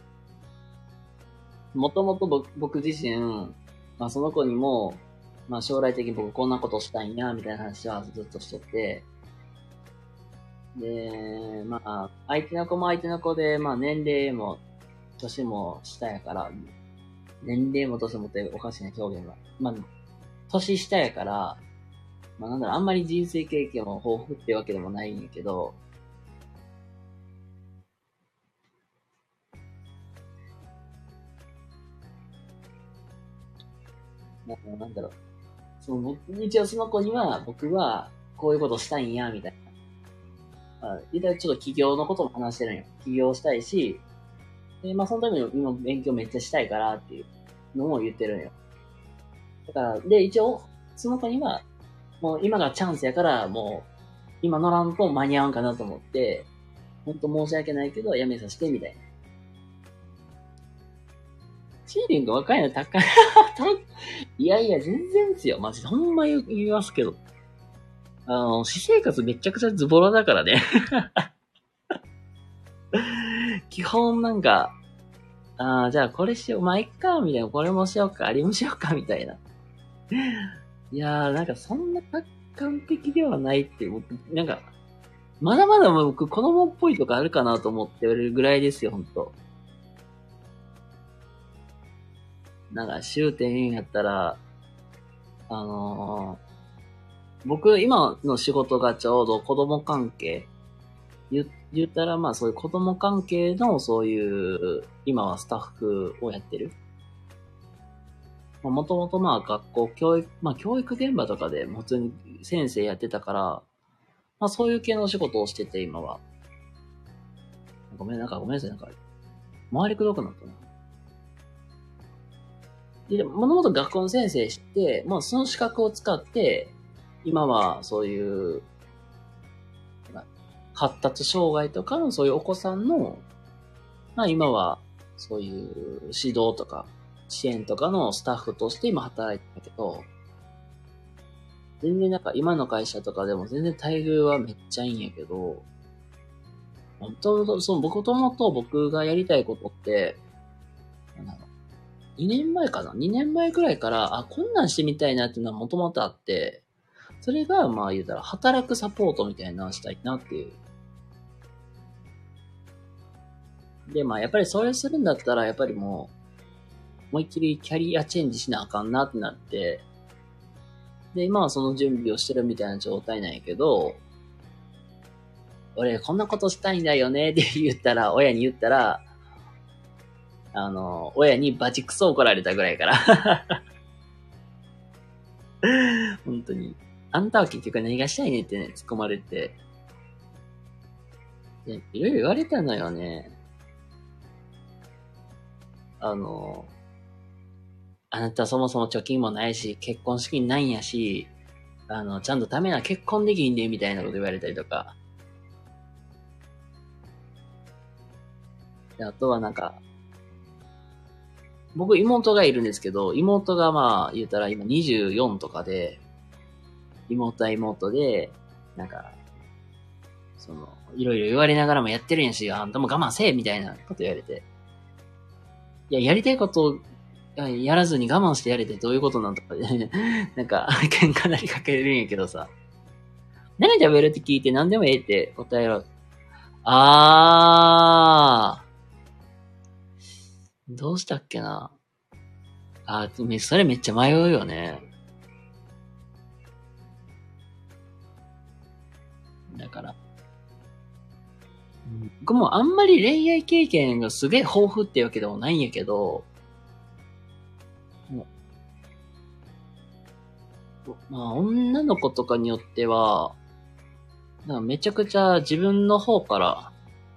もともと僕自身、まあその子にも、まあ将来的に僕こんなことしたいんや、みたいな話はずっとしとって、で、まあ、相手の子も相手の子で、まあ年齢も、年も下やから、年齢も年もっておかしいな表現は。まあ、年下やから、まあなんだろう、あんまり人生経験も豊富ってわけでもないんやけど、なんだろう、一応その子には、僕は、こういうことしたいんや、みたいな。まあ、言ったらちょっと起業のことも話してるんよ。起業したいし、で、まあそのために今勉強めっちゃしたいからっていうのも言ってるんよ。だから、で、一応、その子には、もう今がチャンスやから、もう、今乗らんと間に合わんかなと思って、ほんと申し訳ないけど、やめさせて、みたいな。チーリング若いの高い。いやいや、全然ですよ。マジで。ほんま言いますけど。私生活めちゃくちゃズボラだからね。基本なんか、じゃあこれしよう、まあ、いっか、みたいな、これもしようか、あれもしようか、みたいな。いやー、なんかそんな客観的ではないって、僕、なんか、まだまだ僕子供っぽいとかあるかなと思ってるぐらいですよ、ほんと。なんか、終点やったら、あの僕、今の仕事がちょうど子供関係、言ったら、まあそういう子供関係のそういう、今はスタッフをやってる。もともとまあ学校、教育現場とかで普通に先生やってたから、まあそういう系の仕事をしてて、今は。ごめんなさい、周りくどくなったな。で、もともと学校の先生して、まあその資格を使って、今はそういう、発達障害とかのそういうお子さんの、まあ今はそういう指導とか支援とかのスタッフとして今働いてるんだけど、全然なんか今の会社とかでも全然待遇はめっちゃいいんやけど、もともと、僕がやりたいことって、2年前かな ?2 年前くらいから、こんなんしてみたいなっていうのはもともとあって、それが、まあ言うたら、働くサポートみたいなのしたいなっていう。で、まあやっぱりそれするんだったら、やっぱり思いっきりキャリアチェンジしなあかんなってなって、で、今はその準備をしてるみたいな状態なんやけど、俺こんなことしたいんだよねって親に言ったら、親にバチクソ怒られたぐらいから。本当に。あんたは結局何がしたいねってね、突っ込まれて。で、いろいろ言われたのよね。あなたそもそも貯金もないし、結婚資金ないんやし、ちゃんとダメな結婚できんねみたいなこと言われたりとか。であとはなんか、僕妹がいるんですけど、妹がまあ言うたら今24とかで、妹は妹で、なんか、いろいろ言われながらもやってるんやし、あんたも我慢せえみたいなこと言われて。いや、やりたいことをやらずに我慢してやれてどういうことなんとかで、なんか、喧嘩なりかけるんやけどさ。何食べるって聞いて何でもええって答えろ。どうしたっけな。それめっちゃ迷うよね。だから。僕もあんまり恋愛経験がすげえ豊富っていうわけでもないんやけど、まあ女の子とかによっては、なんかめちゃくちゃ自分の方から、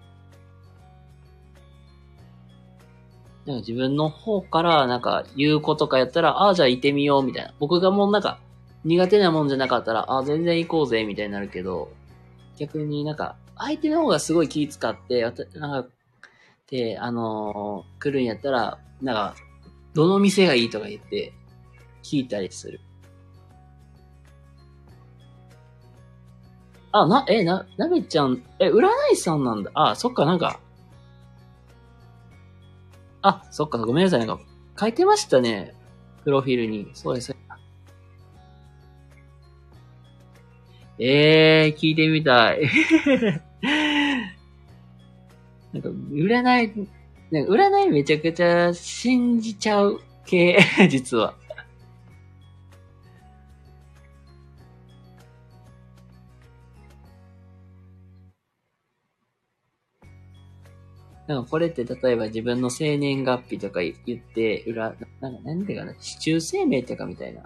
なんか言う子とかやったら、じゃあ行ってみようみたいな。僕がもうなんか苦手なもんじゃなかったら、全然行こうぜみたいになるけど、逆になんか相手の方がすごい気使って、なんか、来るんやったら、なんか、どの店がいいとか言って聞いたりする。 あ、なべちゃん、占い師さんなんだ。あ、そっか、なんか、あ、そっか、ごめんなさい、なんか、書いてましたね。プロフィールに。そうです。聞いてみたい。なんか、占いめちゃくちゃ信じちゃう系、実は。なんかこれって例えば自分の生年月日とか言って、なんかなんていうかな、市中生命ってかみたいな。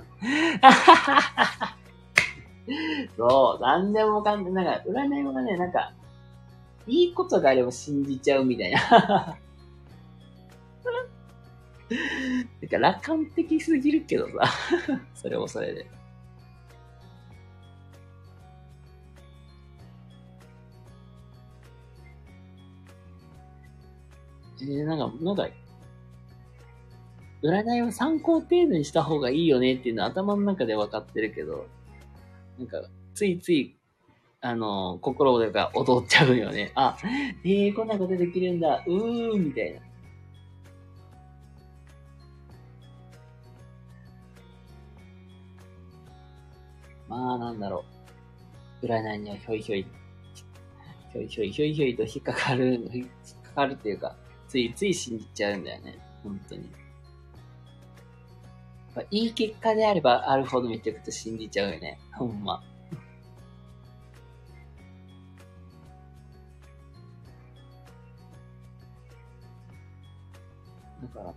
そう、なんでもかんで、なんか占いはね、なんか、いいことがあれば信じちゃうみたいな。なんか楽観的すぎるけどさ。それもそれで。なんか、占いは参考程度にした方がいいよねっていうのは頭の中で分かってるけど、なんか、ついつい、心が踊っちゃうよね。あ、こんなことできるんだ、みたいな。まあ、なんだろう。占いにはひょいひょい、ひょいひょいひょいひょいと引っかかるっていうか、ついつい信じちゃうんだよね。本当に。まあ、いい結果であればあるほどめちゃくちゃ信じちゃうよね。ほんま。だから、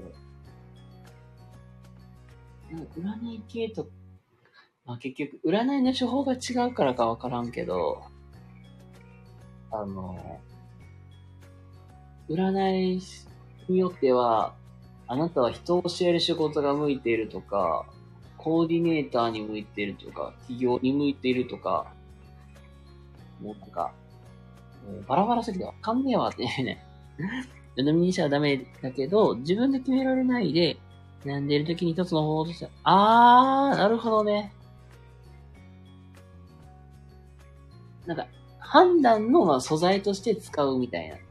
占い系と、まあ結局、占いの手法が違うからかわからんけど、あの、占いによっては、あなたは人を教える仕事が向いているとか、コーディネーターに向いているとか、企業に向いているとか、もうなんか、もうバラバラすぎてわかんねえわってね。鵜呑みにしちゃダメだけど、自分で決められないで、悩んでいる時に一つの方法として、なるほどね。なんか、判断の素材として使うみたいな。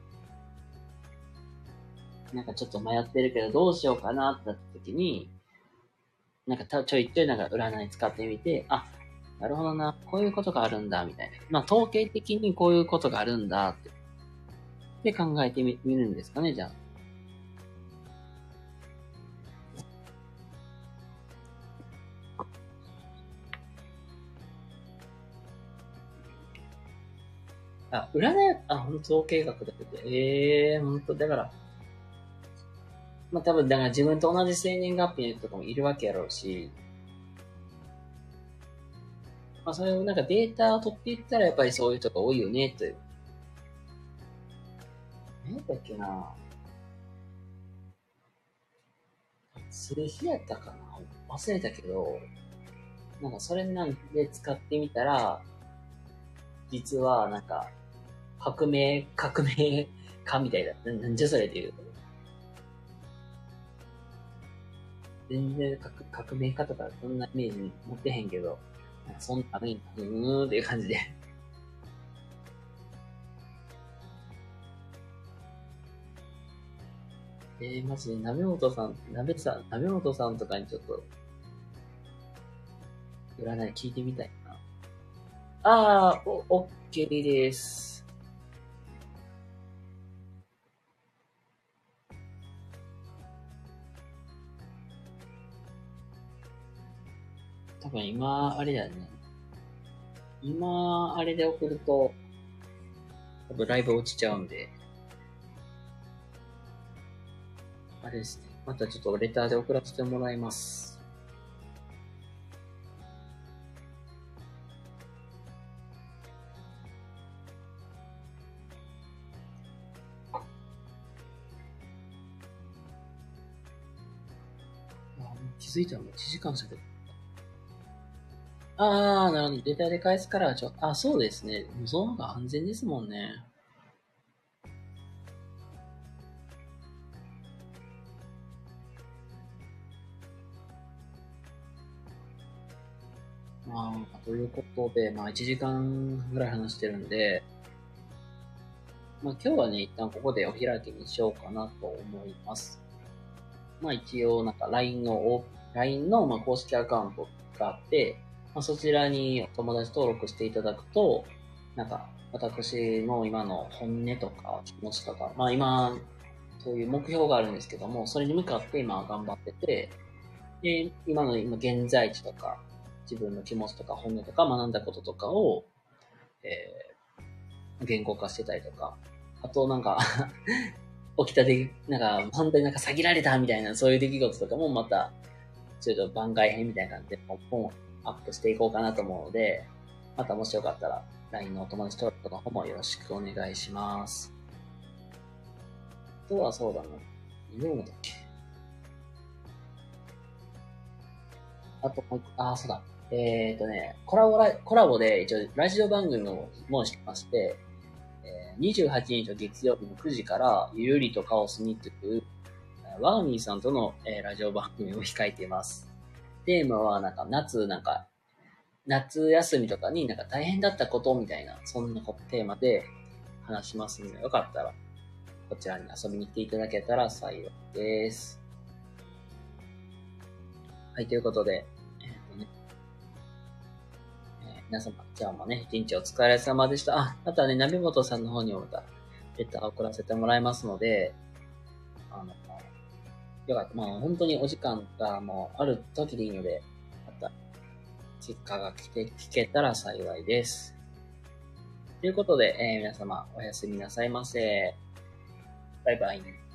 なんかちょっと迷ってるけど、どうしようかなってなった時に、なんかちょいちょいなんか占い使ってみて、あ、なるほどな、こういうことがあるんだ、みたいな。まあ、統計的にこういうことがあるんだって、で考えてみるんですかね、じゃあ。占い、本当統計学だけで。本当だから、まあ多分、だから自分と同じ生年月日の人とかもいるわけやろうし、まあそれをなんかデータを取っていったらやっぱりそういう人が多いよね、という。何だっけな、数字やったかな、忘れたけど、なんかそれなんで使ってみたら、実はなんか、革命家みたいだ。なんじゃそれっていう。全然革命家とかそんなイメージ持ってへんけど、なんかそんなのに、っていう感じで。マジで、鍋本さんとかにちょっと、占い聞いてみたいな。オッケーです。多分今、あれだよね。今、あれで送ると、多分ライブ落ちちゃうんで、あれですね。またちょっとレターで送らせてもらいます。気づいたらもう1時間喋る。なるほど。レターで返すからそうですね。その方が安全ですもんね。 ということで、1時間ぐらい話してるんで、今日はね、一旦ここでお開きにしようかなと思います。一応、LINE の公式アカウントがあって、そちらにお友達登録していただくと、私の今の本音とか気持ちとか、今、そういう目標があるんですけども、それに向かって今頑張ってて、で、今現在地とか、自分の気持ちとか本音とか学んだこととかを、言語化してたりとか、あと起きた本当に下げられたみたいな、そういう出来事とかもまた、ちょっと番外編みたいな感じで、ポンポンアップしていこうかなと思うので、またもしよかったら、LINE のお友達登録の方もよろしくお願いします。あとはそうだな。どうだっけ。あともう一個、そうだ。コラボで一応ラジオ番組もしてまして、28日の月曜日の9時からゆるりとカオスにというワーミーさんとの、ラジオ番組を控えています。テーマは夏休みとかに大変だったことみたいな、そんなテーマで話しますので、よかったらこちらに遊びに来ていただけたら幸いです。はい、ということで、皆様、今日もね、一日お疲れ様でした。あとはね、ナビモトさんの方にもまた、レターを送らせてもらいますので、よかった。本当にお時間がもうある時でいいので、また、結果が聞けたら幸いです。ということで、皆様、おやすみなさいませ。バイバイ。